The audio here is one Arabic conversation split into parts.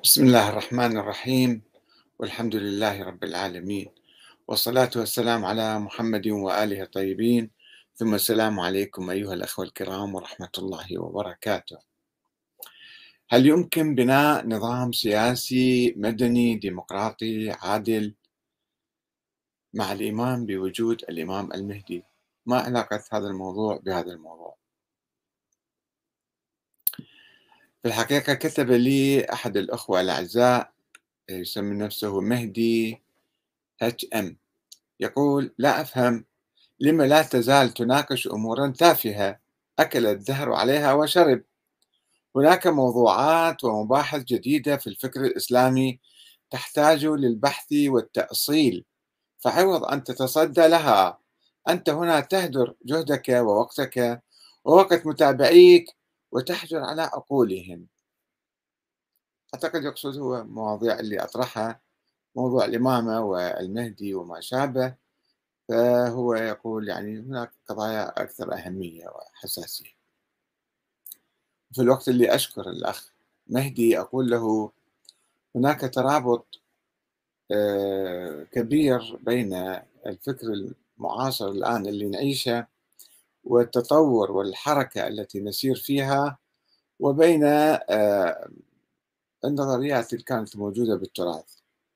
بسم الله الرحمن الرحيم، والحمد لله رب العالمين، والصلاة والسلام على محمد وآله الطيبين، ثم السلام عليكم أيها الأخوة الكرام ورحمة الله وبركاته. هل يمكن بناء نظام سياسي مدني ديمقراطي عادل مع الإيمان بوجود الإمام المهدي؟ ما علاقة هذا الموضوع بهذا الموضوع؟ في الحقيقة كتب لي أحد الأخوة الأعزاء يسمي نفسه مهدي HM، يقول: لا أفهم لم لا تزال تناقش أمورا تافهة أكل الدهر عليها وشرب. هناك موضوعات ومباحث جديدة في الفكر الإسلامي تحتاج للبحث والتأصيل، فعوض أن تتصدى لها أنت هنا تهدر جهدك ووقتك ووقت متابعيك وتحجر على عقولهم. أعتقد يقصد هو مواضيع اللي أطرحها، موضوع الإمامة والمهدي وما شابه. فهو يقول يعني هناك قضايا أكثر أهمية وحساسية. في الوقت اللي أشكر الأخ مهدي أقول له هناك ترابط كبير بين الفكر المعاصر الآن اللي نعيشه والتطور والحركة التي نسير فيها، وبين النظريات اللي كانت موجودة بالتراث.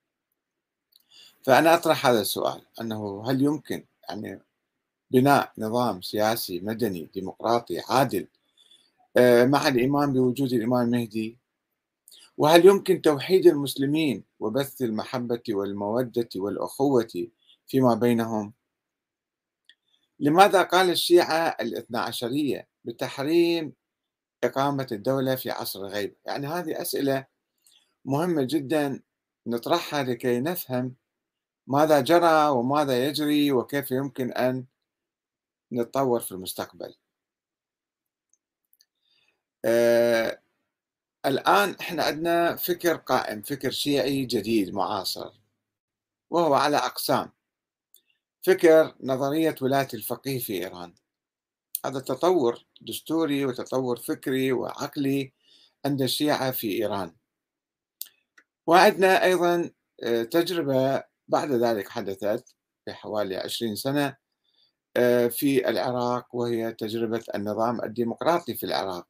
فأنا أطرح هذا السؤال، أنه هل يمكن يعني بناء نظام سياسي مدني ديمقراطي عادل مع الإيمان بوجود الإمام المهدي؟ وهل يمكن توحيد المسلمين وبث المحبة والمودة والأخوة فيما بينهم؟ لماذا قال الشيعة الاثنا عشرية بتحريم إقامة الدولة في عصر الغيب؟ يعني هذه أسئلة مهمة جدا نطرحها لكي نفهم ماذا جرى وماذا يجري وكيف يمكن أن نتطور في المستقبل. آه الآن إحنا عندنا فكر قائم، فكر شيعي جديد معاصر، وهو على أقسام. فكر نظرية ولاية الفقيه في إيران، هذا تطور دستوري وتطور فكري وعقلي عند الشيعة في إيران. وعندنا أيضا تجربة بعد ذلك حدثت في حوالي 20 سنة في العراق، وهي تجربة النظام الديمقراطي في العراق.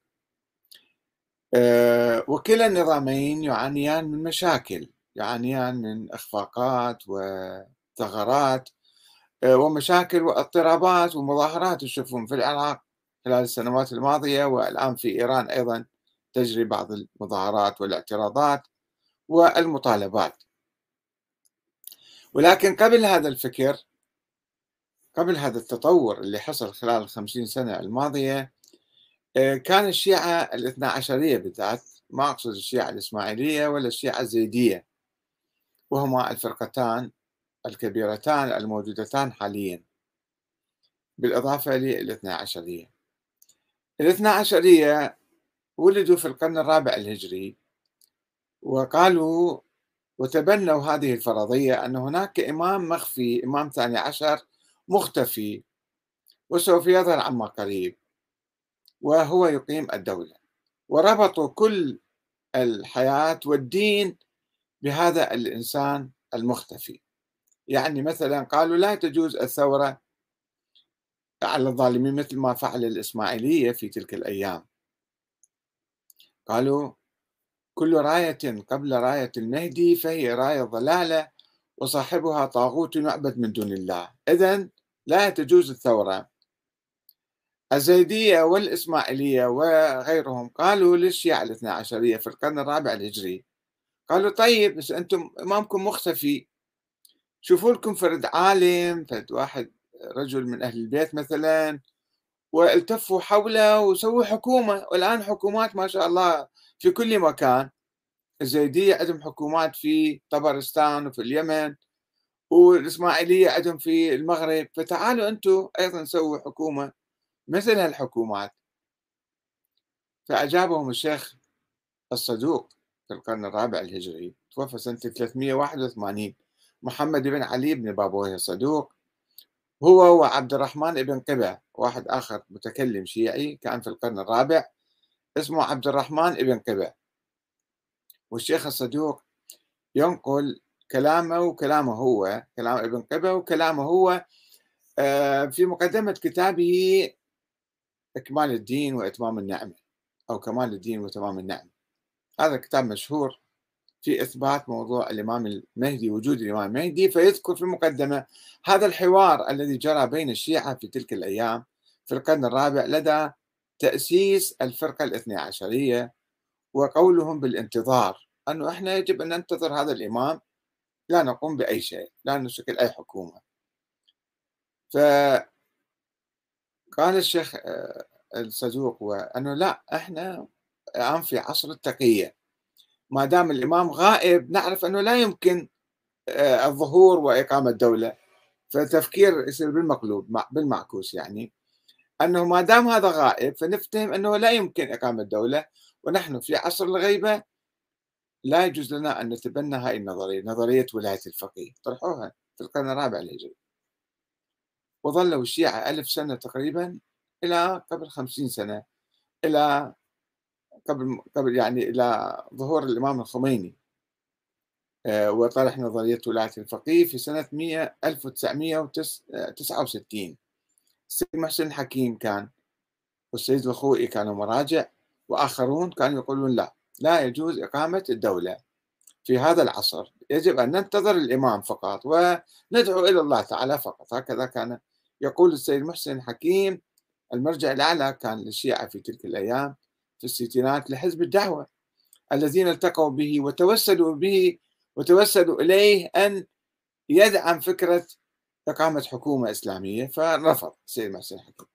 وكلا النظامين يعانيان من مشاكل، يعانيان من إخفاقات وثغرات ومشاكل واضطرابات ومظاهرات تشوفون في العراق خلال السنوات الماضية، والآن في إيران أيضا تجري بعض المظاهرات والاعتراضات والمطالبات. ولكن قبل هذا الفكر، قبل هذا التطور اللي حصل خلال 50 سنة الماضية، كان الشيعة الاثنا عشرية بالذات، ما أقصد الشيعة الإسماعيلية ولا الشيعة الزيدية، وهما الفرقتان الكبيرتان الموجودتان حاليا، بالإضافة للاثنا عشرية. الاثنا عشرية ولدوا في القرن الرابع الهجري، وقالوا وتبنوا هذه الفرضية أن هناك إمام مخفي، إمام ثاني عشر مختفي وسوف يظهر عما قريب وهو يقيم الدولة، وربطوا كل الحياة والدين بهذا الإنسان المختفي. يعني مثلا قالوا لا تجوز الثورة على الظالمين مثل ما فعل الإسماعيلية في تلك الأيام. قالوا كل راية قبل راية المهدي فهي راية ضلالة وصاحبها طاغوت يعبد من دون الله، إذن لا تجوز الثورة. الزيدية والإسماعيلية وغيرهم قالوا للشيعة الاثنى عشرية في القرن الرابع الهجري، قالوا طيب بس أنتم إمامكم مختفي، شوفوا لكم فرد عالم، فرد واحد رجل من أهل البيت مثلا، والتفوا حوله وسووا حكومة. والآن حكومات ما شاء الله في كل مكان. الزيدية عندهم حكومات في طبرستان وفي اليمن، والإسماعيلية عندهم في المغرب، فتعالوا أنتم أيضا سووا حكومة مثل هالحكومات. فأجابهم الشيخ الصدوق في القرن الرابع الهجري، توفى سنة 381، محمد بن علي بن بابويه الصدوق، هو وعبد الرحمن بن قبة، واحد آخر متكلم شيعي كان في القرن الرابع اسمه عبد الرحمن بن قبة. والشيخ الصدوق ينقل كلامه وكلامه هو، كلام ابن قبة وكلامه هو في مقدمة كتابه إكمال الدين وإتمام النعمة، أو كمال الدين وتمام النعمة. هذا كتاب مشهور في إثبات موضوع الإمام المهدي، وجود الإمام المهدي، فيذكر في المقدمة هذا الحوار الذي جرى بين الشيعة في تلك الأيام في القرن الرابع لدى تأسيس الفرقة الاثني عشرية، وقولهم بالانتظار، أنه إحنا يجب أن ننتظر هذا الإمام، لا نقوم بأي شيء، لا نشكل أي حكومة. فقال الشيخ الصدوق وأنه لا، إحنا الآن في عصر التقية، ما دام الإمام غائب نعرف أنه لا يمكن الظهور وإقامة دولة، فالتفكير يصير بالمقلوب بالمعكوس، يعني أنه ما دام هذا غائب فنفتهم أنه لا يمكن إقامة دولة، ونحن في عصر الغيبة لا يجوز لنا أن نتبنى هاي النظرية، نظرية ولاية الفقيه، طرحوها في القرن الرابع الهجري، وظلوا الشيعة 1000 سنة تقريبا إلى قبل 50 سنة، إلى قبل يعني إلى ظهور الإمام الخميني وطرح نظرية ولاية الفقيه في سنة 1969. السيد محسن الحكيم كان، والسيد الخوئي كانوا مراجع، وآخرون كانوا يقولون لا، لا يجوز إقامة الدولة في هذا العصر، يجب أن ننتظر الإمام فقط وندعو إلى الله تعالى فقط. هكذا كان يقول السيد محسن الحكيم، المرجع الأعلى كان للشيعة في تلك الأيام في الستينات لحزب الدعوة، الذين التقوا به وتوسلوا إليه أن يدعم فكرة إقامة حكومة إسلامية، فرفض السيد محسن الحكيم.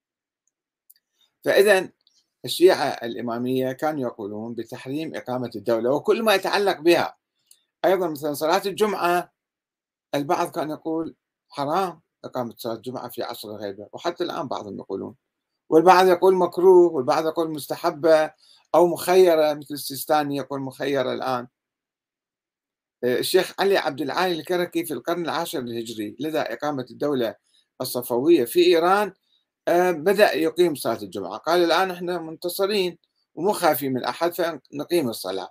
فإذا الشيعة الإمامية كانوا يقولون بتحريم إقامة الدولة وكل ما يتعلق بها. أيضا مثلا صلاة الجمعة، البعض كان يقول حرام إقامة صلاة الجمعة في عصر الغيبة، وحتى الآن بعضهم يقولون، والبعض يقول مكروه، والبعض يقول مستحبة أو مخيرة، مثل السيستاني يقول مخيرة الآن. الشيخ علي عبد العالي الكركي في القرن العاشر الهجري لدى إقامة الدولة الصفوية في إيران بدأ يقيم صلاة الجمعة، قال الآن احنا منتصرين ومو خايفين من أحد فنقيم الصلاة.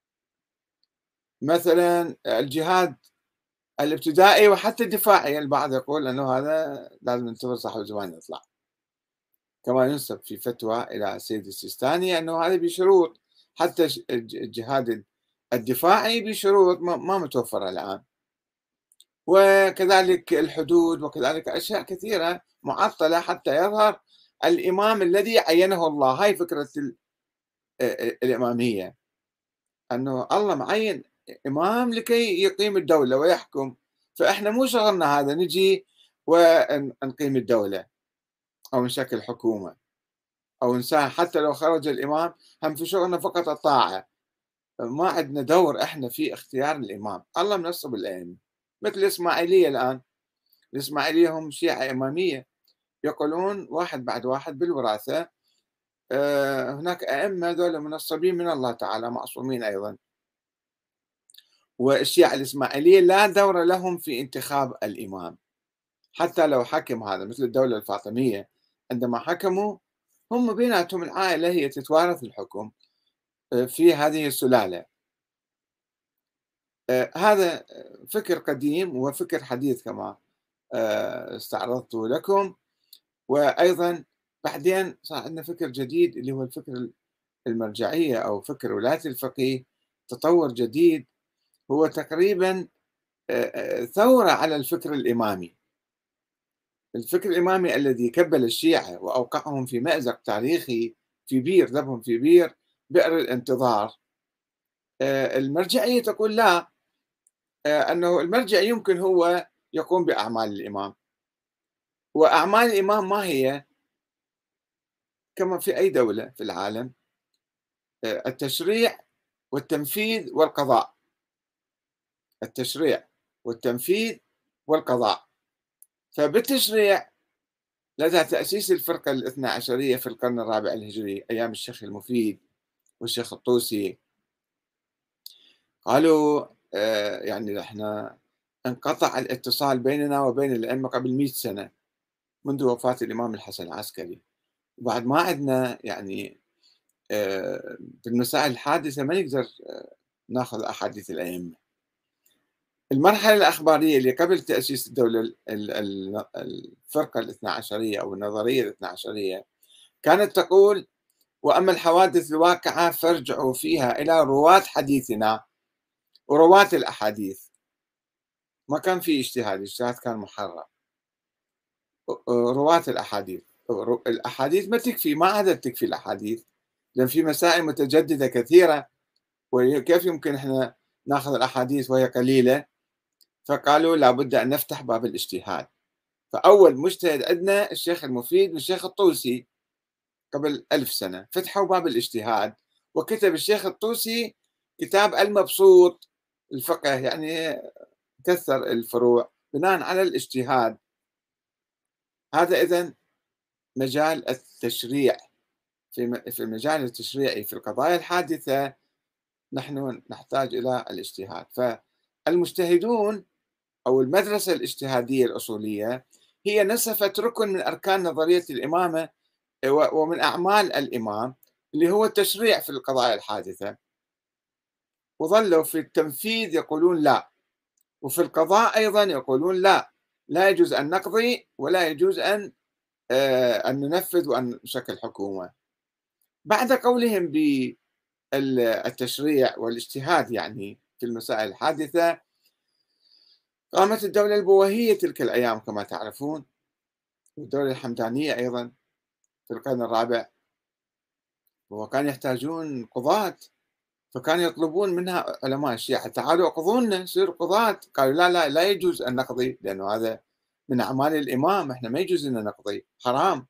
مثلا الجهاد الابتدائي وحتى الدفاعي، البعض يقول أنه هذا لازم ننتظر صاحب الزمان يطلع، كما ينسب في فتوى إلى السيد السيستاني أنه هذا بشروط، حتى الجهاد الدفاعي بشروط ما متوفرة الآن، وكذلك الحدود، وكذلك أشياء كثيرة معطلة حتى يظهر الإمام الذي عينه الله. هاي فكرة الإمامية، أنه الله معين إمام لكي يقيم الدولة ويحكم، فإحنا مو شغلنا هذا نجي ونقيم الدولة أو نشكل حكومة أو نساهم، حتى لو خرج الإمام هم في شغلنا فقط الطاعة، ما عندنا دور إحنا في اختيار الإمام، الله منصب الأئمة. مثل الإسماعيلية الآن، الإسماعيلية هم شيعة إمامية، يقولون واحد بعد واحد بالوراثة، هناك أئمة دول منصبين من الله تعالى معصومين أيضا. والشيعة الإسماعيلية لا دور لهم في انتخاب الإمام، حتى لو حكم هذا، مثل الدولة الفاطمية عندما حكموا هم بيناتهم العائلة هي تتوارث الحكم في هذه السلالة. هذا فكر قديم وفكر حديث كما استعرضته لكم. وأيضا بعدين صار عندنا فكر جديد اللي هو الفكر المرجعية أو فكر ولاية الفقيه، تطور جديد هو تقريبا ثورة على الفكر الإمامي. الفكر الإمامي الذي كبل الشيعة وأوقعهم في مأزق تاريخي، في بير، ذبهم في بئر الانتظار. المرجعية تقول لا، أنه المرجع يمكن هو يقوم بأعمال الإمام، وأعمال الإمام ما هي؟ كما في أي دولة في العالم، التشريع والتنفيذ والقضاء، التشريع والتنفيذ والقضاء. فبالتشريع لدى تأسيس الفرقة الاثنى عشرية في القرن الرابع الهجري أيام الشيخ المفيد والشيخ الطوسي، قالوا يعني احنا انقطع الاتصال بيننا وبين الأئمة قبل 100 سنة منذ وفاة الإمام الحسن العسكري، وبعد ما عندنا يعني بالمسائل الحادثة ما نقدر ناخذ أحاديث الأئمة. المرحلة الأخبارية اللي قبل تأسيس الدولة الفرقة الاثنى عشرية أو النظرية الاثنى عشرية كانت تقول: وأما الحوادث الواقعة فارجعوا فيها إلى رواة حديثنا ورواة الأحاديث. ما كان في اجتهاد، الاجتهاد كان محرم. رواة الأحاديث، الأحاديث ما تكفي، ما عادت تكفي الأحاديث، لأن في مسائل متجددة كثيرة، وكيف يمكن احنا ناخذ الأحاديث وهي قليلة؟ فقالوا لابد أن نفتح باب الاجتهاد. فأول مجتهد عندنا الشيخ المفيد والشيخ الطوسي قبل 1000 سنة، فتحوا باب الاجتهاد، وكتب الشيخ الطوسي كتاب المبسوط الفقه، يعني كثر الفروع بناء على الاجتهاد. هذا إذن مجال التشريع. في المجال التشريعي في القضايا الحادثة نحن نحتاج إلى الاجتهاد. فالمجتهدون أو المدرسة الاجتهادية الأصولية هي نسفت ركن من أركان نظرية الإمامة ومن أعمال الإمام اللي هو التشريع في القضايا الحادثة، وظلوا في التنفيذ يقولون لا، وفي القضاء أيضا يقولون لا، لا يجوز أن نقضي ولا يجوز أن ننفذ وأن نشكل حكومة. بعد قولهم بالتشريع والاجتهاد يعني في المسائل الحادثة، قامت الدولة البويهية تلك الأيام كما تعرفون، والدولة الحمدانية أيضا في القرن الرابع، وكانوا يحتاجون قضاة، فكانوا يطلبون منها علماء الشيعة: تعالوا اقضوا لنا، صيروا قضاة. قالوا لا لا، لا يجوز أن نقضي، لأنه هذا من أعمال الإمام، احنا ما يجوز أن نقضي، حرام.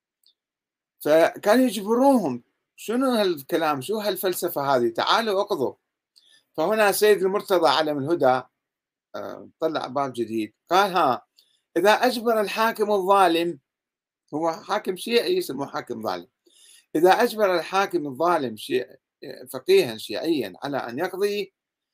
فكانوا يجبروهم: شنو هالكلام، شو هالفلسفة هذه، تعالوا اقضوا. فهنا سيد المرتضى علم الهدى طلع باب جديد، قال: ها، إذا أجبر الحاكم الظالم، هو حاكم شيعي اسمه حاكم ظالم، إذا أجبر الحاكم الظالم فقيها شيعيا على أن يقضي،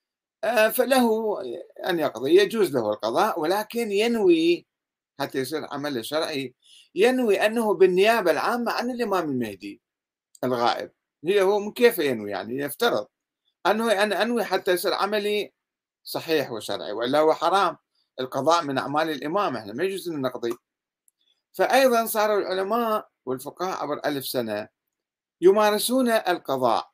فله أن يقضي، يجوز له القضاء، ولكن ينوي، حتى يصير عمله شرعي، ينوي أنه بالنيابة العامة عن الإمام المهدي الغائب. هو من كيف ينوي؟ يعني يفترض أنه أنا أنوي حتى يصير عملي صحيح وشرعي، وإلا هو حرام. القضاء من أعمال الإمام، إحنا ما يجوز أن نقضي. فأيضا صاروا العلماء والفقهاء عبر 1000 سنة يمارسون القضاء،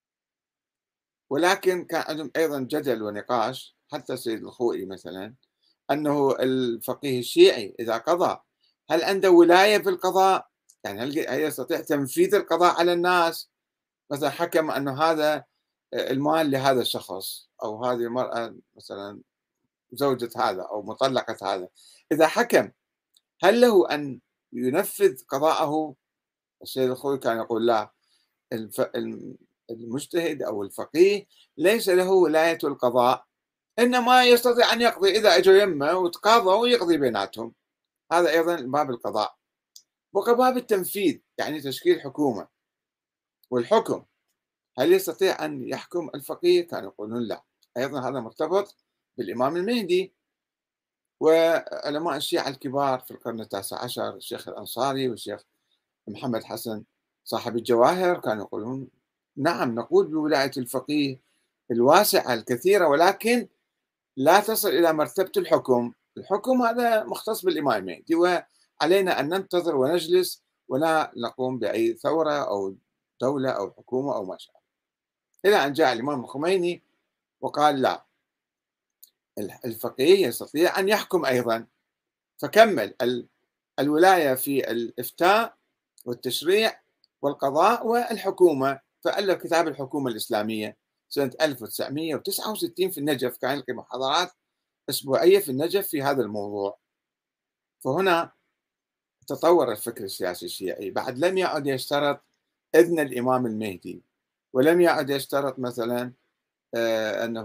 ولكن كان عندهم أيضا جدل ونقاش. حتى السيد الخوئي مثلا، أنه الفقيه الشيعي إذا قضى هل عنده ولاية في القضاء؟ يعني هل يستطيع تنفيذ القضاء على الناس؟ مثلا حكم أنه هذا المال لهذا الشخص، أو هذه المرأة مثلا زوجة هذا أو مطلقة هذا، إذا حكم هل له أن ينفذ قضاءه؟ السيد الخوئي كان يقول لا، المجتهد أو الفقيه ليس له ولاية القضاء، إنما يستطيع أن يقضي إذا أجوا يمه وتقاضوا ويقضي بيناتهم. هذا أيضا باب القضاء. بقى باب التنفيذ، يعني تشكيل حكومة والحكم، هل يستطيع أن يحكم الفقيه؟ كانوا يقولون لا. أيضا هذا مرتبط بالإمام المهدي. وعلماء الشيعة الكبار في القرن التاسع عشر، الشيخ الأنصاري والشيخ محمد حسن صاحب الجواهر، كانوا يقولون نعم، نقول بولاية الفقيه الواسعة الكثيرة، ولكن لا تصل إلى مرتبة الحكم. الحكم هذا مختص بالإمام المهدي، وعلينا أن ننتظر ونجلس ولا نقوم بأي ثورة أو دولة أو حكومة أو ما شابه. إلى أن جاء الإمام الخميني وقال لا، الفقيه يستطيع أن يحكم أيضا، فكمل الولاية في الإفتاء والتشريع والقضاء والحكومة، فألف كتاب الحكومة الإسلامية سنة 1969 في النجف، كان يلقي محاضرات أسبوعية في النجف في هذا الموضوع. فهنا تطور الفكر السياسي الشيعي، بعد لم يعد يشترط إذن الإمام المهدي، ولم يعد يشترط مثلا أنه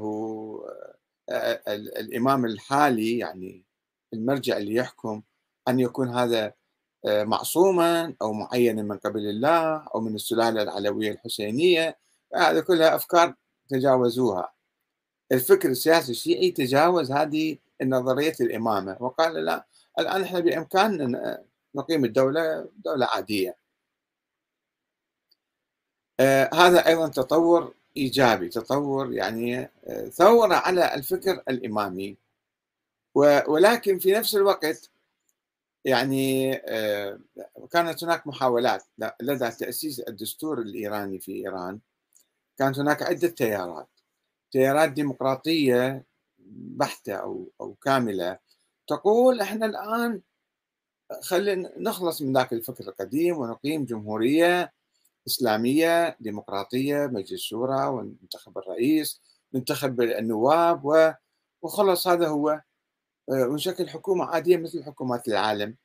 الإمام الحالي، يعني المرجع اللي يحكم، أن يكون هذا معصوما أو معينا من قبل الله أو من السلالة العلوية الحسينية. هذه كلها أفكار تجاوزوها. الفكر السياسي الشيعي تجاوز هذه النظرية الإمامة، وقال لا، الآن احنا بإمكاننا نقيم الدولة دولة عادية. هذا أيضا تطور إيجابي، تطور يعني ثورة على الفكر الإمامي، ولكن في نفس الوقت يعني كانت هناك محاولات لدى تأسيس الدستور الإيراني في إيران، كانت هناك عدة تيارات، تيارات ديمقراطية بحتة أو كاملة تقول إحنا الآن خلينا نخلص من ذاك الفكر القديم ونقيم جمهورية إسلامية ديمقراطية، مجلس شورى وننتخب الرئيس، ننتخب النواب وخلص هذا هو، ونشكل حكومة عادية مثل حكومات العالم.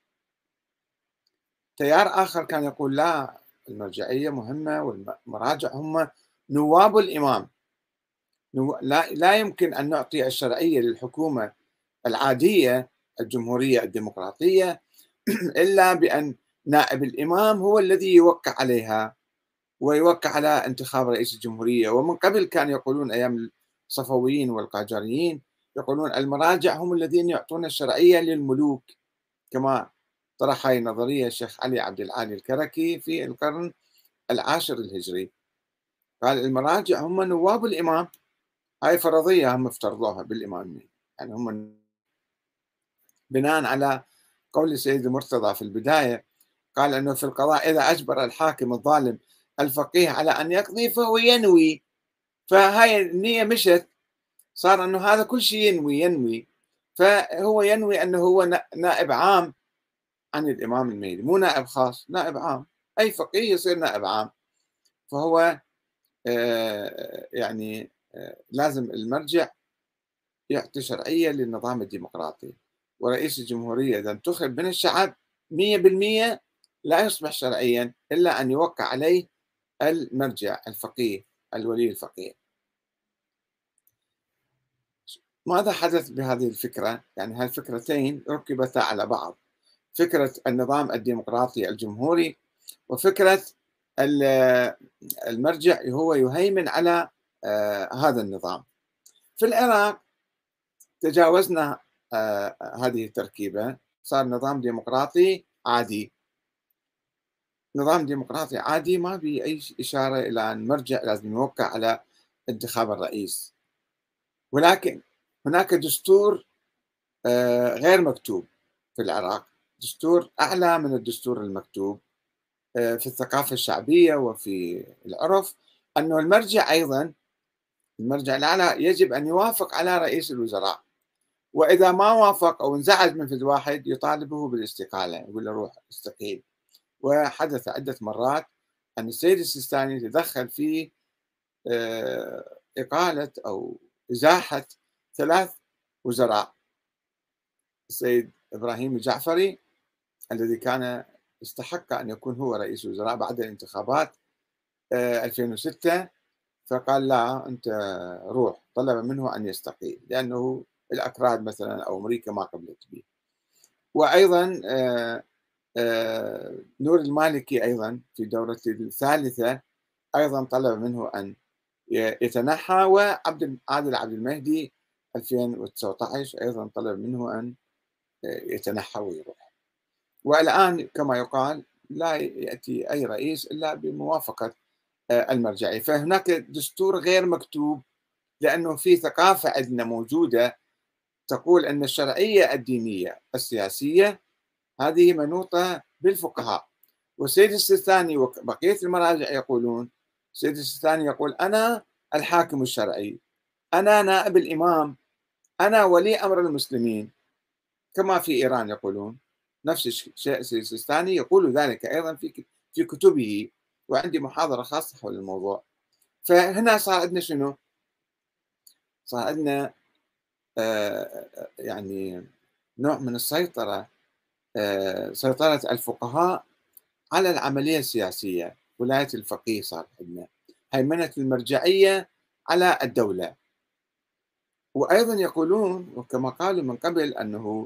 تيار آخر كان يقول لا، المرجعية مهمة والمراجع هم نواب الإمام، لا يمكن أن نعطي الشرعية للحكومة العادية الجمهورية الديمقراطية إلا بأن نائب الإمام هو الذي يوقع عليها ويوقع على انتخاب رئيس الجمهورية. ومن قبل كانوا يقولون أيام الصفويين والقاجاريين يقولون المراجع هم الذين يعطون الشرعية للملوك، كما طرح هذه النظرية الشيخ علي عبد العالي الكركي في القرن العاشر الهجري، قال المراجع هم نواب الإمام، هاي فرضية هم افترضوها بالإمامية، يعني هم بناء على قول السيد المرتضى في البداية، قال أنه في القضاء إذا أجبر الحاكم الظالم الفقيه على أن يقضي فهو ينوي، فهاي النية مشت، صار أنه هذا كل شيء ينوي، فهو ينوي أنه هو نائب عام عن الإمام المهدي، مو نائب خاص، نائب عام، أي فقيه يصير نائب عام. فهو يعني لازم المرجع يعطي شرعية للنظام الديمقراطي، ورئيس الجمهورية إذا انتخب من الشعب 100% لا يصبح شرعيا إلا أن يوقع عليه المرجع الفقيه الولي الفقيه. ماذا حدث بهذه الفكرة؟ يعني هالفكرتين ركبتا على بعض، فكرة النظام الديمقراطي الجمهوري وفكرة المرجع هو يهيمن على هذا النظام. في العراق تجاوزنا هذه التركيبة، صار نظام ديمقراطي عادي، نظام ديمقراطي عادي ما في أي إشارة إلى أن مرجع لازم يوقع على انتخاب الرئيس، ولكن هناك دستور غير مكتوب في العراق، دستور أعلى من الدستور المكتوب في الثقافة الشعبية وفي العرف، أنه المرجع أيضا، المرجع الأعلى يجب أن يوافق على رئيس الوزراء، وإذا ما وافق أو انزعج من فد واحد يطالبه بالاستقالة، يقول له روح استقيل. وحدث عدة مرات أن السيد السيستاني تدخل في إقالة أو إزاحة 3 وزراء، السيد إبراهيم الجعفري الذي كان استحق أن يكون هو رئيس وزراء بعد الانتخابات 2006، فقال لا أنت روح، طلب منه أن يستقيل لأنه الأكراد مثلا أو أمريكا ما قبلت به. وأيضا نور المالكي أيضا في دورته الثالثة أيضا طلب منه أن يتنحى، وعادل عبد المهدي 2019 أيضا طلب منه أن يتنحى ويروح. والآن كما يقال لا يأتي أي رئيس إلا بموافقة المرجعية. فهناك دستور غير مكتوب، لأنه في ثقافة عندنا موجودة تقول أن الشرعية الدينية السياسية هذه منوطة بالفقهاء، والسيد السيستاني وبقية المراجع يقولون، السيد السيستاني يقول أنا الحاكم الشرعي، أنا نائب الإمام، أنا ولي أمر المسلمين، كما في إيران يقولون نفس الشيء. السيد السيستاني يقول ذلك أيضا في كتبه، وعندي محاضرة خاصة حول الموضوع. فهنا صار عندنا شنو؟ صار عندنا يعني نوع من السيطرة، سيطرة الفقهاء على العملية السياسية، ولاية الفقيه صار عندنا، هيمنة المرجعية على الدولة. وأيضا يقولون وكما قالوا من قبل أنه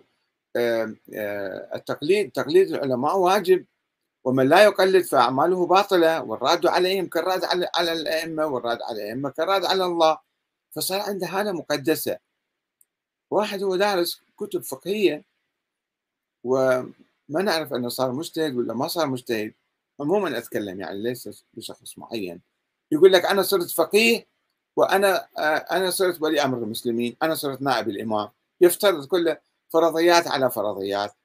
تقليد العلماء واجب، ومن لا يقلد فأعماله باطلة، والراد عليهم كالراد على الأئمة، والراد على الأئمة كالراد على الله. فصار عنده حالة مقدسة. واحد هو دارس كتب فقهية وما نعرف أنه صار مجتهد ولا ما صار مجتهد، عموما أتكلم يعني ليس بشخص معين، يقول لك أنا صرت فقيه أنا صرت ولي أمر المسلمين، أنا صرت نائب الإمام، يفترض كل فرضيات على فرضيات،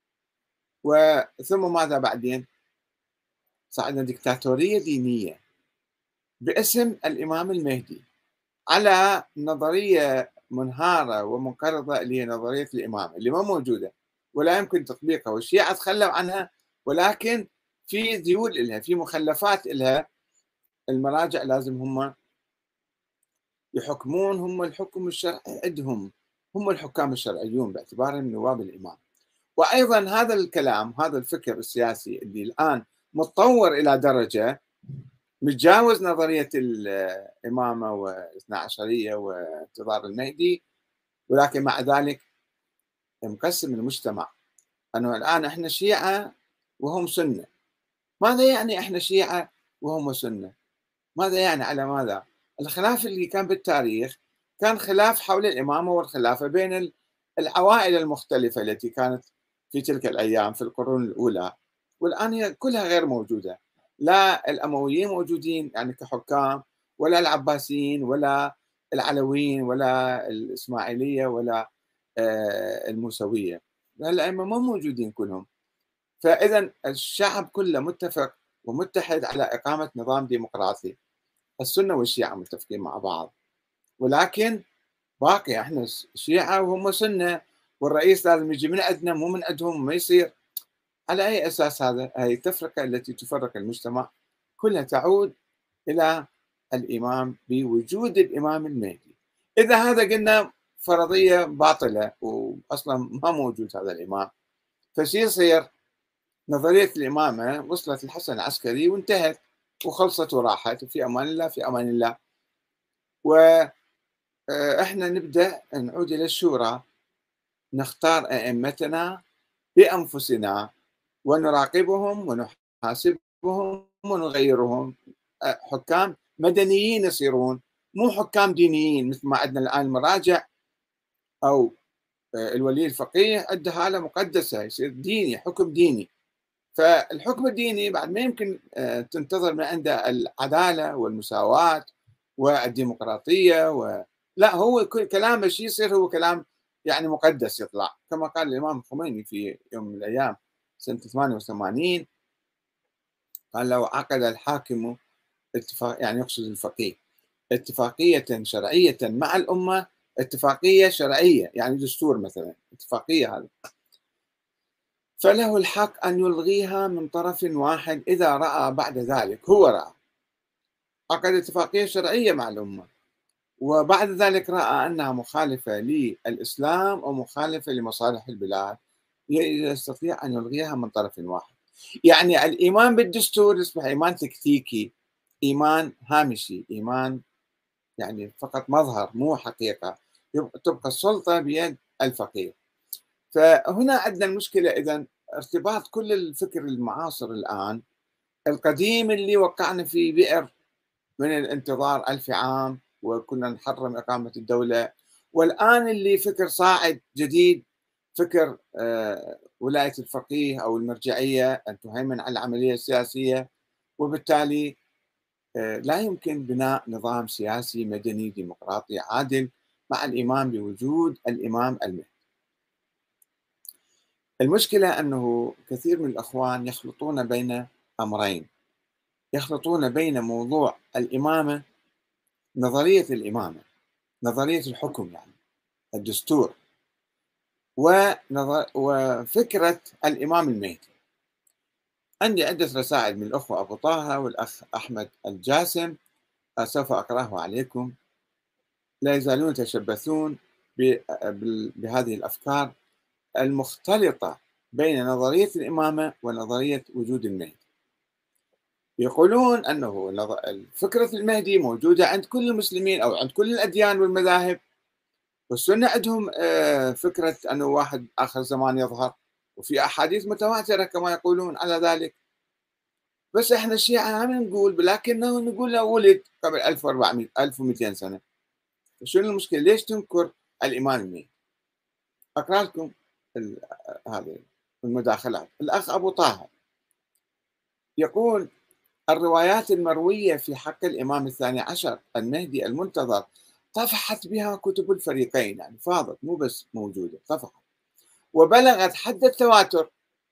ثم ماذا بعدين؟ صار ديكتاتورية دينية باسم الإمام المهدي على نظرية منهارة ومنقرضة اللي هي نظرية الإمامة اللي ما موجودة ولا يمكن تطبيقها، والشيعة تخلوا عنها، ولكن في ذيول لها، في مخلفات لها. المراجع لازم هم يحكمون، هم الحكم الشرعي عندهم، هم الحكام الشرعيون باعتبارهم نواب الإمام. وأيضا هذا الكلام، هذا الفكر السياسي اللي الآن متطور إلى درجة متجاوز نظرية الإمامة والاثنا عشرية وانتظار المهدي، ولكن مع ذلك مقسم المجتمع. أنه الآن إحنا شيعة وهم سنة. ماذا يعني إحنا شيعة وهم سنة؟ ماذا يعني؟ على ماذا؟ الخلاف اللي كان بالتاريخ كان خلاف حول الإمامة والخلافة بين العوائل المختلفة التي كانت في تلك الأيام في القرون الأولى، والآن هي كلها غير موجودة. لا الأمويين موجودين يعني كحكام، ولا العباسيين، ولا العلويين، ولا الإسماعيلية، ولا الموسوية. الأئمة ما موجودين كلهم. فإذا الشعب كله متفق ومتحد على إقامة نظام ديمقراطي. السنة والشيعة متفقين مع بعض، ولكن باقي احنا شيعة وهم سنة، والرئيس لازم يجي من عندنا مو من عندهم، ما يصير. على أي أساس هذا؟ هذه التفرقة التي تفرق المجتمع كلها تعود إلى الإمام بوجود الإمام المهدي. إذا هذا قلنا فرضية باطلة وأصلا ما موجود هذا الإمام، فشي يصير؟ نظرية الإمامة وصلت الحسن العسكري وانتهت وخلصت وراحت، في أمان الله في أمان الله. وإحنا نبدأ نعود إلى الشورى، نختار أئمتنا بأنفسنا ونراقبهم ونحاسبهم ونغيرهم. حكام مدنيين يصيرون، مو حكام دينيين مثل ما عندنا الآن المراجع أو الولي الفقيه عنده حالة مقدسة، يصير ديني، حكم ديني. فالحكم الديني بعد ما يمكن تنتظر من عنده العدالة والمساواة والديمقراطية لا، هو كل كلامه شيء يصير هو كلام يعني مقدس يطلع، كما قال الإمام الخميني في يوم من الأيام سنة 88. قال: لو عقد الحاكم اتفاق، يعني يقصد الفقيه، اتفاقية شرعية مع الأمة، اتفاقية شرعية يعني دستور مثلا، اتفاقية هذه، فله الحق أن يلغيها من طرف واحد إذا رأى بعد ذلك، هو رأى عقد اتفاقية شرعية مع الأمة وبعد ذلك رأى أنها مخالفة للإسلام أو مخالفة لمصالح البلاد، يستطيع أن يلغيها من طرف واحد. يعني الإيمان بالدستور يصبح إيمان تكتيكي، إيمان هامشي، إيمان يعني فقط مظهر مو حقيقة، تبقى السلطة بيد الفقيه. فهنا عندنا المشكلة إذا ارتباط كل الفكر المعاصر الآن، القديم اللي وقعنا في بئر من الانتظار 1000 عام وكنا نحرم إقامة الدولة، والآن اللي فكر صاعد جديد، فكر ولاية الفقيه أو المرجعية أن تهيمن على العملية السياسية، وبالتالي لا يمكن بناء نظام سياسي مدني ديمقراطي عادل مع الإمام بوجود الإمام المهدي. المشكلة أنه كثير من الأخوان يخلطون بين أمرين، يخلطون بين موضوع الإمامة، نظرية الإمامة، نظرية الحكم يعني الدستور، وفكرة الإمام المهدي. عندي عدة رسائل من الأخوة أبو طه والأخ أحمد الجاسم، سوف أقرأه عليكم. لا يزالون يتشبثون بهذه الأفكار المختلطة بين نظرية الإمامة ونظرية وجود المهدي. يقولون أنه فكرة المهدي موجودة عند كل المسلمين أو عند كل الأديان والمذاهب، والسنة عندهم فكرة أنه واحد آخر الزمان يظهر، وفي أحاديث متواترة كما يقولون على ذلك. بس إحنا الشيعة هم نقول، لكنه نقول له ولد قبل 1400 1200 سنة. شنو المشكلة؟ ليش تنكر الإمام المهدي؟ أقرأ لكم هذه المداخلات. الأخ أبو طه يقول: الروايات المروية في حق الإمام الثاني عشر المهدي المنتظر طفحت بها كتب الفريقين، يعني فاضت مو بس موجودة، طفحت وبلغت حد التواتر.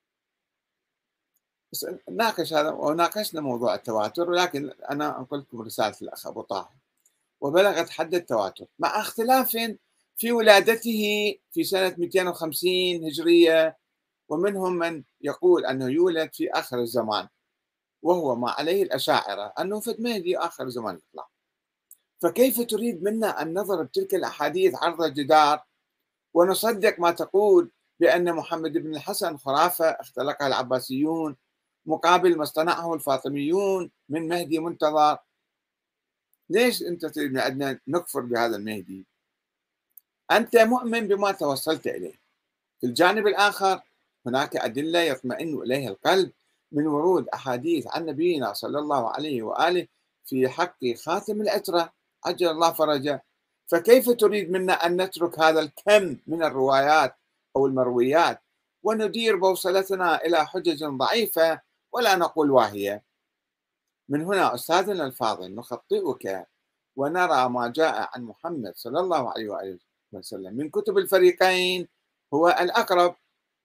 بس ناقش هذا وناقشنا موضوع التواتر، ولكن أنا أقول لكم رسالة الأخ أبو طه. وبلغت حد التواتر مع اختلاف في ولادته في سنة 250 هجرية، ومنهم من يقول أنه يولد في آخر الزمان، وهو ما عليه الأشاعرة أنه في المهدي آخر الزمان يطلع. فكيف تريد منا أن نضرب تلك الأحاديث عرض الجدار ونصدق ما تقول بأن محمد بن الحسن خرافة اختلقها العباسيون مقابل ما اصطنعه الفاطميون من مهدي منتظر؟ ليش أنت تريد من عندنا نكفر بهذا المهدي؟ أنت مؤمن بما توصلت إليه. في الجانب الآخر هناك أدلة يطمئن إليها القلب من ورود أحاديث عن نبينا صلى الله عليه وآله في حق خاتم العترة عجل الله فرجه. فكيف تريد منا أن نترك هذا الكم من الروايات أو المرويات وندير بوصلتنا إلى حجج ضعيفة ولا نقول واهية؟ من هنا أستاذنا الفاضل نخطئك ونرى ما جاء عن محمد صلى الله عليه وآله وسلم من كتب الفريقين هو الأقرب.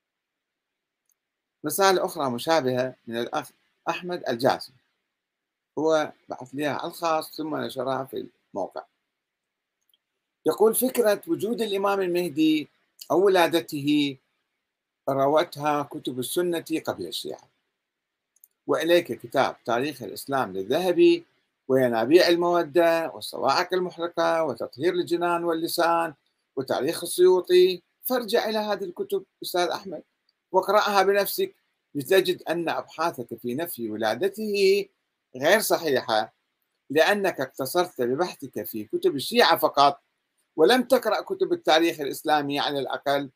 رسالة أخرى مشابهة من الأخ أحمد الجاسم، هو بعث لي على الخاص ثم نشرها في الموقع. يقول: فكرة وجود الإمام المهدي أو ولادته روتها كتب السنة قبل الشيعة، وإليك كتاب تاريخ الإسلام للذهبي وينابيع المودة والصواعق المحرقة وتطهير الجنان واللسان وتاريخ السيوطي، فارجع إلى هذه الكتب أستاذ أحمد واقرأها بنفسك لتجد أن أبحاثك في نفي ولادته غير صحيحة، لأنك اقتصرت ببحثك في كتب الشيعة فقط ولم تقرأ كتب التاريخ الإسلامي على الأقل،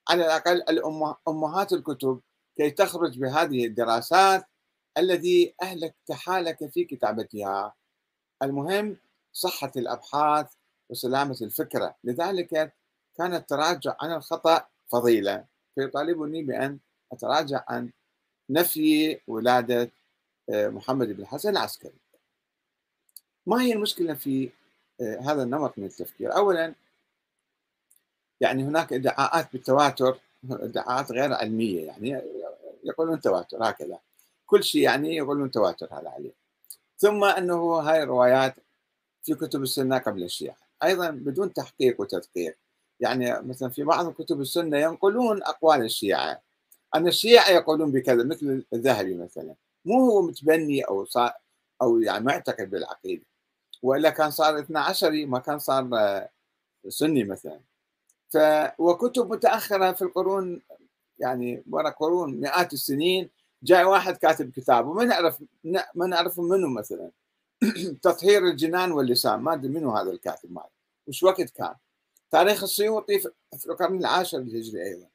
أمهات الكتب، كي تخرج بهذه الدراسات الذي أهلكت حالك في كتابتها. المهم صحة الأبحاث وسلامة الفكرة، لذلك كان التراجع عن الخطأ فضيلة، فيطالبني بأن أتراجع عن نفي ولادة محمد بن الحسن العسكري. ما هي المشكلة في هذا النمط من التفكير؟ أولا يعني هناك ادعاءات بالتواتر، ادعاءات غير علمية، يعني يقولون تواتر هكذا، كل شيء يعني يقولون تواتر هذا عليه. ثم أنه هاي الروايات في كتب السنة قبل الشيعة أيضا بدون تحقيق وتدقيق، يعني مثلا في بعض كتب السنة ينقلون أقوال الشيعة أن الشيعة يقولون بكذا، مثل الذهبي مثلا، مو هو متبني أو يعني معتقد بالعقيدة، وإلا كان صار 12 ما كان صار سني مثلا. وكتب متأخرة في القرون، يعني ورا قرون مئات السنين، جاء واحد كاتب كتاب وما نعرف منه، مثلا تطهير الجنان واللسان، ما ادري منو هذا الكاتب ماله وش وقت كان. تاريخ السيوطي في القرن العاشر الهجري ايضا.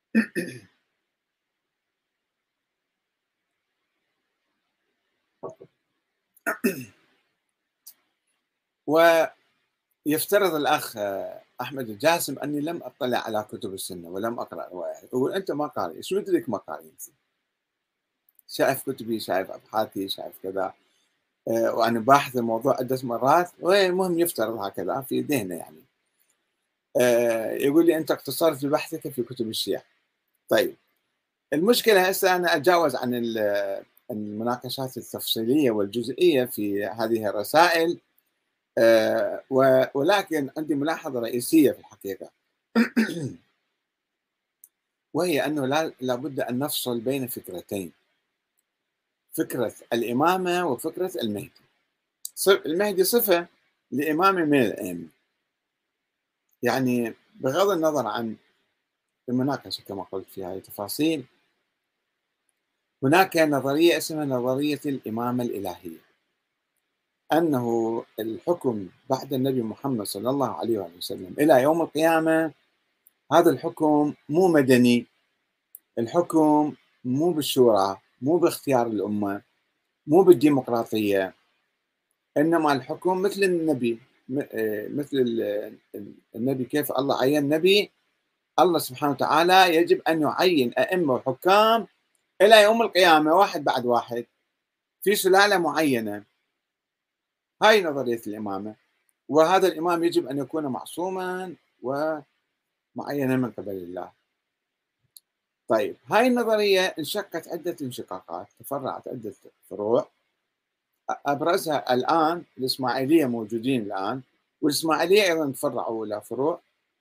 ويفترض الاخ احمد الجاسم اني لم اطلع على كتب السنه ولم اقرا روايات، يقول انت ما قارئ، شو يدريك ما قارئ؟ شايف كتبي، شايف ابحاثي، شايف كذا، وانا باحث الموضوع عده مرات، والمهم يفترض هكذا في ذهنه يعني. يقول لي انت اقتصرت ببحثك في كتب الشيعة. طيب المشكله هسه انا اتجاوز عن المناقشات التفصيليه والجزئيه في هذه الرسائل، ولكن عندي ملاحظه رئيسيه في الحقيقه، وهي انه لابد ان نفصل بين فكرتين: فكره الامامه وفكره المهدي. المهدي صفه لامام من الائمه، يعني بغض النظر عن المناقشه كما قلت في هذه التفاصيل، هناك نظريه اسمها نظريه الامامه الالهيه، أنه الحكم بعد النبي محمد صلى الله عليه وسلم إلى يوم القيامة، هذا الحكم مو مدني، الحكم مو بالشورى، مو باختيار الأمة، مو بالديمقراطية، إنما الحكم مثل النبي، مثل النبي، كيف الله عين نبي، الله سبحانه وتعالى يجب أن يعين أئمة وحكام إلى يوم القيامة واحد بعد واحد. في سلالة معينة، هاي نظرية الإمامة، وهذا الإمام يجب أن يكون معصوما ومعينا من قبل الله. طيب هاي النظرية انشقت عدة انشقاقات، تفرعت عدة فروع، أبرزها الآن الإسماعيلية موجودين الآن، والإسماعيلية أيضا تفرعوا إلى فروع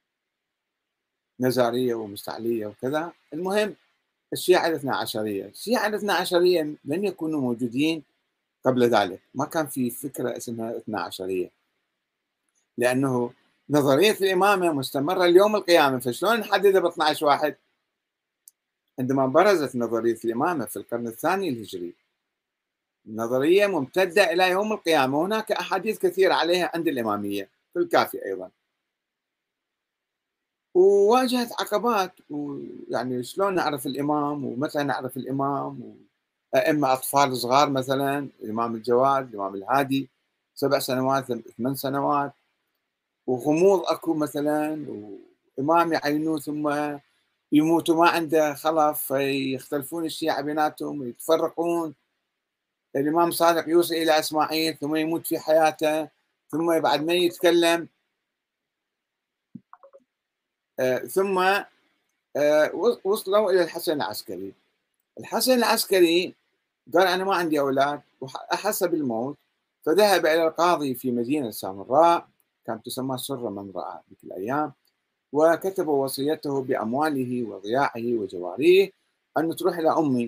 نزارية ومستعلية وكذا. المهم الشيعة الاثنى عشرية، الشيعة الاثنى عشرية لم يكونوا موجودين قبل ذلك، ما كان في فكرة اسمها اثنى عشرية، لأنه نظرية الإمامة مستمرة ليوم القيامة، فشلون نحددها ب 12 واحد؟ عندما برزت نظرية الإمامة في القرن الثاني الهجري، نظرية ممتدة إلى يوم القيامة، وهناك أحاديث كثيرة عليها عند الإمامية في الكافي أيضا، وواجهت عقبات، ويعني شلون نعرف الإمام ومتى نعرف الإمام، أئمة أطفال صغار مثلا الإمام الجواد، الإمام الهادي 7 سنوات 8 سنوات، وغموض أكو مثلا، وإمام يعينوه ثم يموت وما عنده خلف فيختلفون الشيعة بيناتهم ويتفرقون. الإمام صادق يوصي إلى إسماعيل ثم يموت في حياته، ثم بعد ما يتكلم ثم وصلوا إلى الحسن العسكري. الحسن العسكري قال أنا ما عندي أولاد وأحس بالموت، فذهب إلى القاضي في مدينة سامراء كانت تسمى سر من رأى ذيك الأيام، وكتب وصيته بأمواله وضياعه وجواريه أن تروح إلى أمي.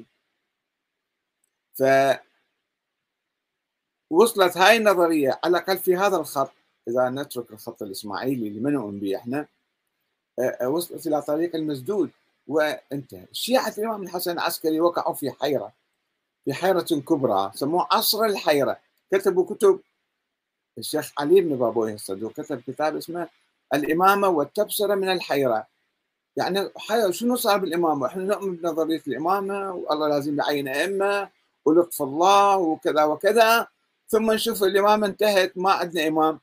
فوصلت هاي النظرية على الأقل في هذا الخط، إذا نترك الخط الإسماعيلي اللي ما نؤمن به إحنا، وصلت إلى طريق المسدود وانتهى. الشيعة الإمام الحسن العسكري وقعوا في حيرة، في حيرة كبرى سموه عصر الحيرة. كتبوا كتب، الشيخ علي بن بابويه الصدوق كتب كتاب اسمه الإمامة والتبصرة من الحيرة. يعني شنو صار بالإمامة؟ احنا نؤمن بنظرية الإمامة والله لازم يعين أئمة ولطف الله وكذا وكذا، ثم نشوف الإمامة انتهت ما عندنا إمام.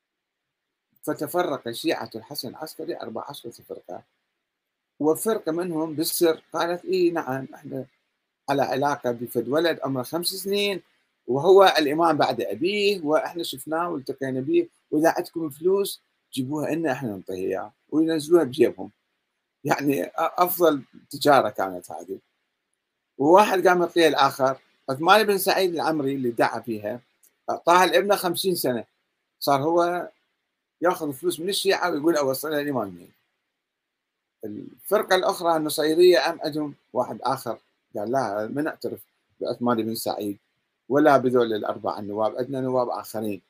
فتفرق شيعة الحسن العسكري 14 فرقة، وفرقة منهم بالسر قالت إيه نعم احنا على علاقة بفد ولد عمره 5 سنين وهو الإمام بعد أبيه، وإحنا شفناه والتقينا به، وإذا عندكم فلوس جيبوها لنا إحنا نعطيه إياه، وينزلوها بجيبهم. يعني أفضل تجارة كانت هذه. وواحد قام يعطيها الآخر، عثمان بن سعيد العمري اللي ادعى فيها أعطاها لابنه 50 سنة، صار هو ياخذ فلوس من الشيعة ويقول أوصلها الإمام. الفرقة الأخرى النصيرية أم عندهم واحد آخر قال لا ما نعترف بعثمان بن سعيد ولا بذول الأربعة النواب، عندنا نواب آخرين.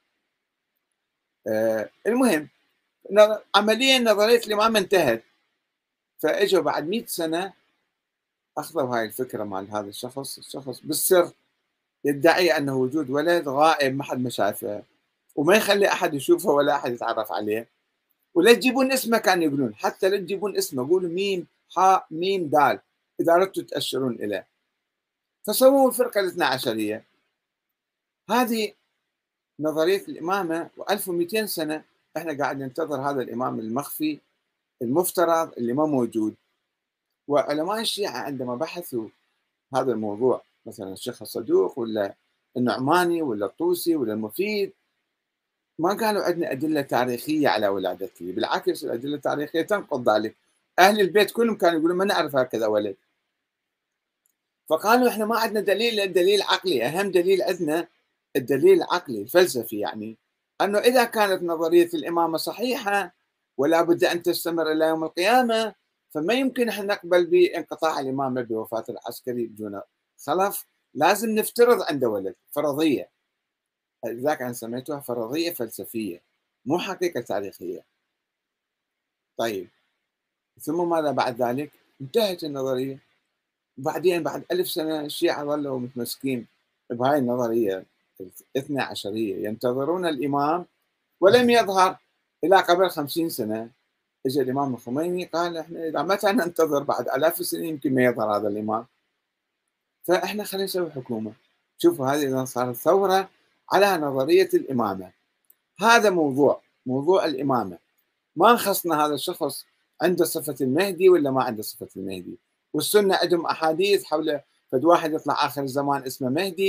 المهم عمليا نظرية الإمامة انتهت، فإجوا بعد 100 سنة أخذوا هاي الفكرة مال هذا الشخص بالسر يدعي أنه وجود ولد غائب ما حد ما شافه وما يخلي أحد يشوفه ولا أحد يتعرف عليه، ولا تجيبون اسمه، كانوا يقولون حتى لا تجيبون اسمه، قولوا ميم حاء ميم دال إذا أردتوا تأشرون إليه. فسووا الفرقة الاثنى عشرية. هذه نظرية الإمامة، و1200 سنة احنا قاعد ننتظر هذا الإمام المخفي المفترض اللي ما موجود. وعلماء الشيعة عندما بحثوا هذا الموضوع، مثلا الشيخ الصدوق ولا النعماني ولا الطوسي ولا المفيد، ما قالوا عندنا أدلة تاريخية على ولادته، بالعكس الأدلة التاريخية تنقض ذلك. أهل البيت كلهم كانوا يقولون ما نعرف هكذا ولد. فقالوا احنا ما عندنا دليل، دليل عقلي، أهم دليل عندنا الدليل العقلي الفلسفي، يعني أنه إذا كانت نظرية الإمامة صحيحة ولا بد أن تستمر إلى يوم القيامة، فما يمكن احنا نقبل بانقطاع الإمامة بوفاة العسكري بدون خلف، لازم نفترض عنده ولد، فرضية. لذلك أنا سميتها فرضية فلسفية مو حقيقة تاريخية. طيب ثم ماذا بعد ذلك؟ انتهت النظرية. بعدين بعد 1000 سنة الشيعة ظلوا متمسكين بهاي النظرية الاثنى عشرية، ينتظرون الإمام ولم يظهر إلى قبل 50 سنة. اجى الإمام الخميني قال احنا إذا متى ننتظر بعد آلاف السنين يمكن ما يظهر هذا الإمام، فاحنا خلينا نسوي حكومة. شوفوا هذه إذا صارت ثورة على نظرية الإمامة. هذا موضوع الإمامة، ما نخصنا هذا الشخص عنده صفة المهدي ولا ما عنده صفة المهدي. والسنة عندهم أحاديث حول فد واحد يطلع آخر الزمان اسمه مهدي،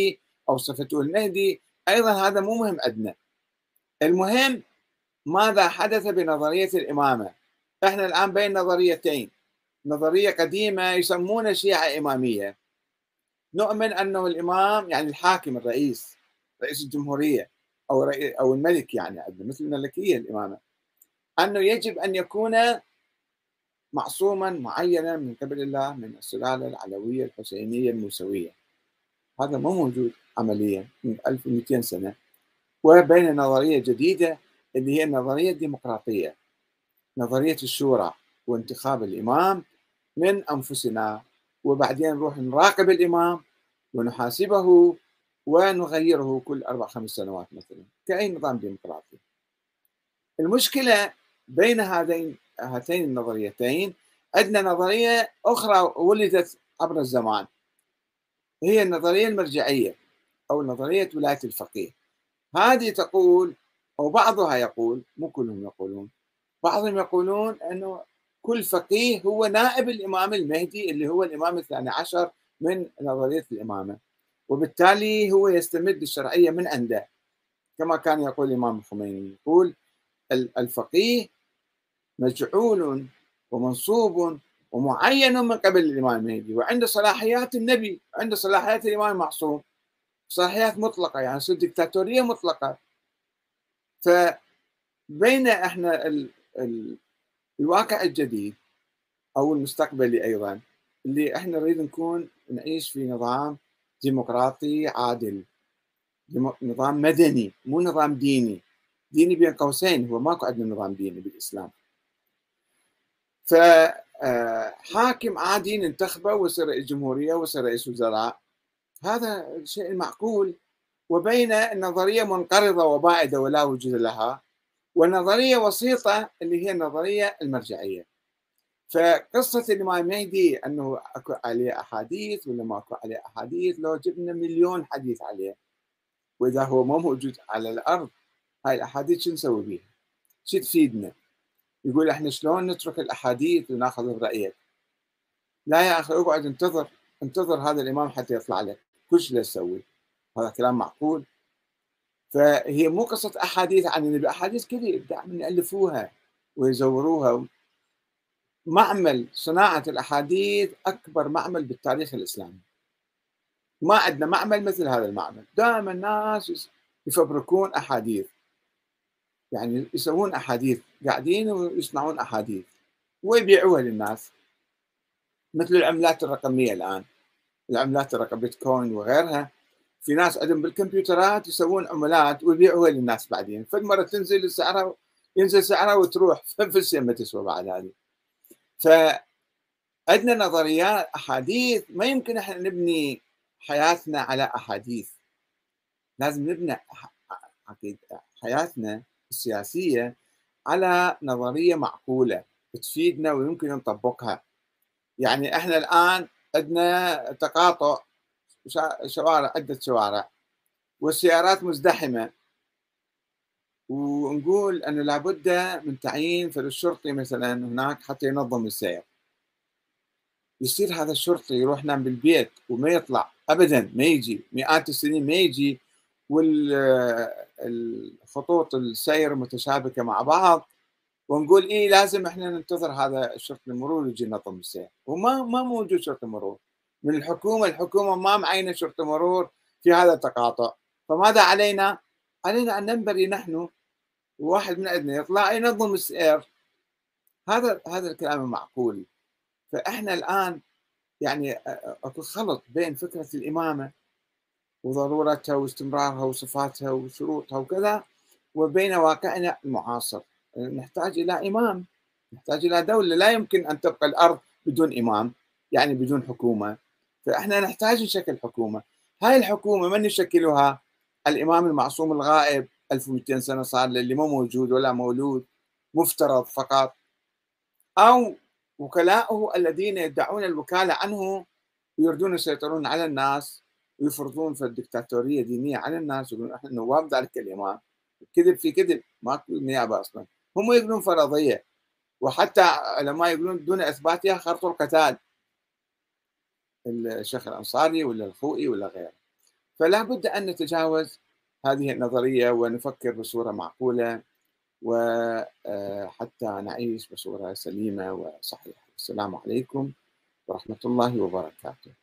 أو صفته المهدي، أيضا هذا مو مهم عندنا. المهم ماذا حدث بنظرية الإمامة. احنا الآن بين نظريتين، نظرية قديمة يسمونها الشيعة إمامية، نؤمن أنه الإمام يعني الحاكم الرئيس، رئيس الجمهورية أو الملك، يعني عندنا مثل الملكية الإمامة، أنه يجب أن يكون معصوما معينا من قبل الله من السلالة العلوية الحسينية الموسوية. هذا مو موجود عمليا من 1200 سنة. وبين نظرية جديدة اللي هي النظرية الديمقراطية، نظرية الشورى وانتخاب الإمام من أنفسنا، وبعدين نروح نراقب الإمام ونحاسبه ونغيره كل 4-5 سنوات مثلا كأي نظام ديمقراطي. المشكلة بين هاتين النظريتين عندنا نظرية أخرى ولدت عبر الزمان، هي النظرية المرجعية أو نظرية ولاية الفقيه. هذه تقول، أو بعضها يقول، مو كلهم يقولون، بعضهم يقولون أنه كل فقيه هو نائب الإمام المهدي اللي هو الإمام الثاني عشر من نظرية الإمامة، وبالتالي هو يستمد الشرعية من عنده، كما كان يقول الإمام الخميني، يقول الفقيه مجعول ومنصوب ومعين من قبل الإمام المهدي، وعنده صلاحيات النبي، عنده صلاحيات الإمام المعصوم، صلاحيات مطلقة، يعني يصير ديكتاتورية مطلقة. فبين احنا الواقع الجديد او المستقبلي ايضا، اللي احنا نريد نعيش في نظام ديمقراطي عادل، نظام مدني مو نظام ديني. ديني بين قوسين، هو ماكو عندنا نظام ديني بالاسلام. فحاكم عادي ننتخبه ويصير رئيس جمهوريه ويصير رئيس وزراء، هذا شيء معقول. وبين النظريه منقرضه وبائده ولا وجود لها، ونظريه وسيطه اللي هي النظريه المرجعيه. فقصة الإمام المهدي أنه أكو عليه أحاديث ولا ما أكو عليه أحاديث، لو جبنا مليون حديث عليه وإذا هو ما موجود على الأرض، هاي الأحاديث شو نسوي بيها؟ شو تفيدنا؟ يقول إحنا شلون نترك الأحاديث وناخذ برأيك؟ لا يا أخي، اقعد انتظر هذا الإمام حتى يطلع لك، كل شيء تسوي. هذا كلام معقول؟ فهي مو قصة أحاديث عن النبي، أحاديث كذب دائما يألفوها ويزوروها. معمل صناعة الأحاديث أكبر معمل بالتاريخ الإسلامي، ما عندنا معمل مثل هذا المعمل. دائما الناس يفبركون أحاديث، يعني يسوون أحاديث، قاعدين ويصنعون أحاديث ويبيعوها للناس، مثل العملات الرقمية الآن، العملات الرقمية بيتكوين وغيرها. في ناس عندهم بالكمبيوترات يسوون عملات ويبيعوها للناس، بعدين فالمرة تنزل سعرها، ينزل سعرها وتروح في ما تسوى بعد هذه. فعندنا نظريات أحاديث، ما يمكن احنا نبني حياتنا على أحاديث، لازم نبني حياتنا السياسية على نظرية معقولة تفيدنا ويمكن نطبقها. يعني احنا الآن عندنا تقاطع شوارع، عدة شوارع والسيارات مزدحمة، ونقول أنه لابد من تعيين فرد الشرطي مثلا هناك حتى ينظم السير. يصير هذا الشرطي يروح ينام بالبيت وما يطلع أبدا، ما يجي مئات السنين ما يجي، والخطوط السير متشابكة مع بعض، ونقول إيه لازم إحنا ننتظر هذا الشرطي المرور يجي ينظم السير، وما موجود شرطي مرور من الحكومة ما معينة شرطي مرور في هذا التقاطع. فماذا علينا؟ علينا أن ننبري نحن، وواحد من عندنا يطلع ينظم السير. هذا الكلام المعقول. فإحنا الآن يعني اكو خلط بين فكرة الإمامة وضرورتها واستمرارها وصفاتها وشروطها وكذا، وبين واقعنا المعاصر. نحتاج إلى إمام، نحتاج إلى دولة، لا يمكن أن تبقى الأرض بدون إمام، يعني بدون حكومة. فإحنا نحتاج نشكل حكومة. هاي الحكومة من يشكلها؟ الإمام المعصوم الغائب 1200 سنة صار، اللي مو موجود ولا مولود، مفترض فقط، أو وكلاؤه الذين يدعون الوكالة عنه ويريدون يسيطرون على الناس ويفرضون في الدكتاتورية دينية على الناس، يقولون احنا نواب ذلك الإمام. كذب في كذب، ماكو نيابة أصلا، هم يقولون فرضية، وحتى علماء يقولون دون إثباتها خرط القتال، الشيخ الأنصاري ولا الخوئي ولا غيره. فلا بد أن نتجاوز هذه النظرية ونفكر بصورة معقولة، وحتى نعيش بصورة سليمة وصحيحة. السلام عليكم ورحمة الله وبركاته.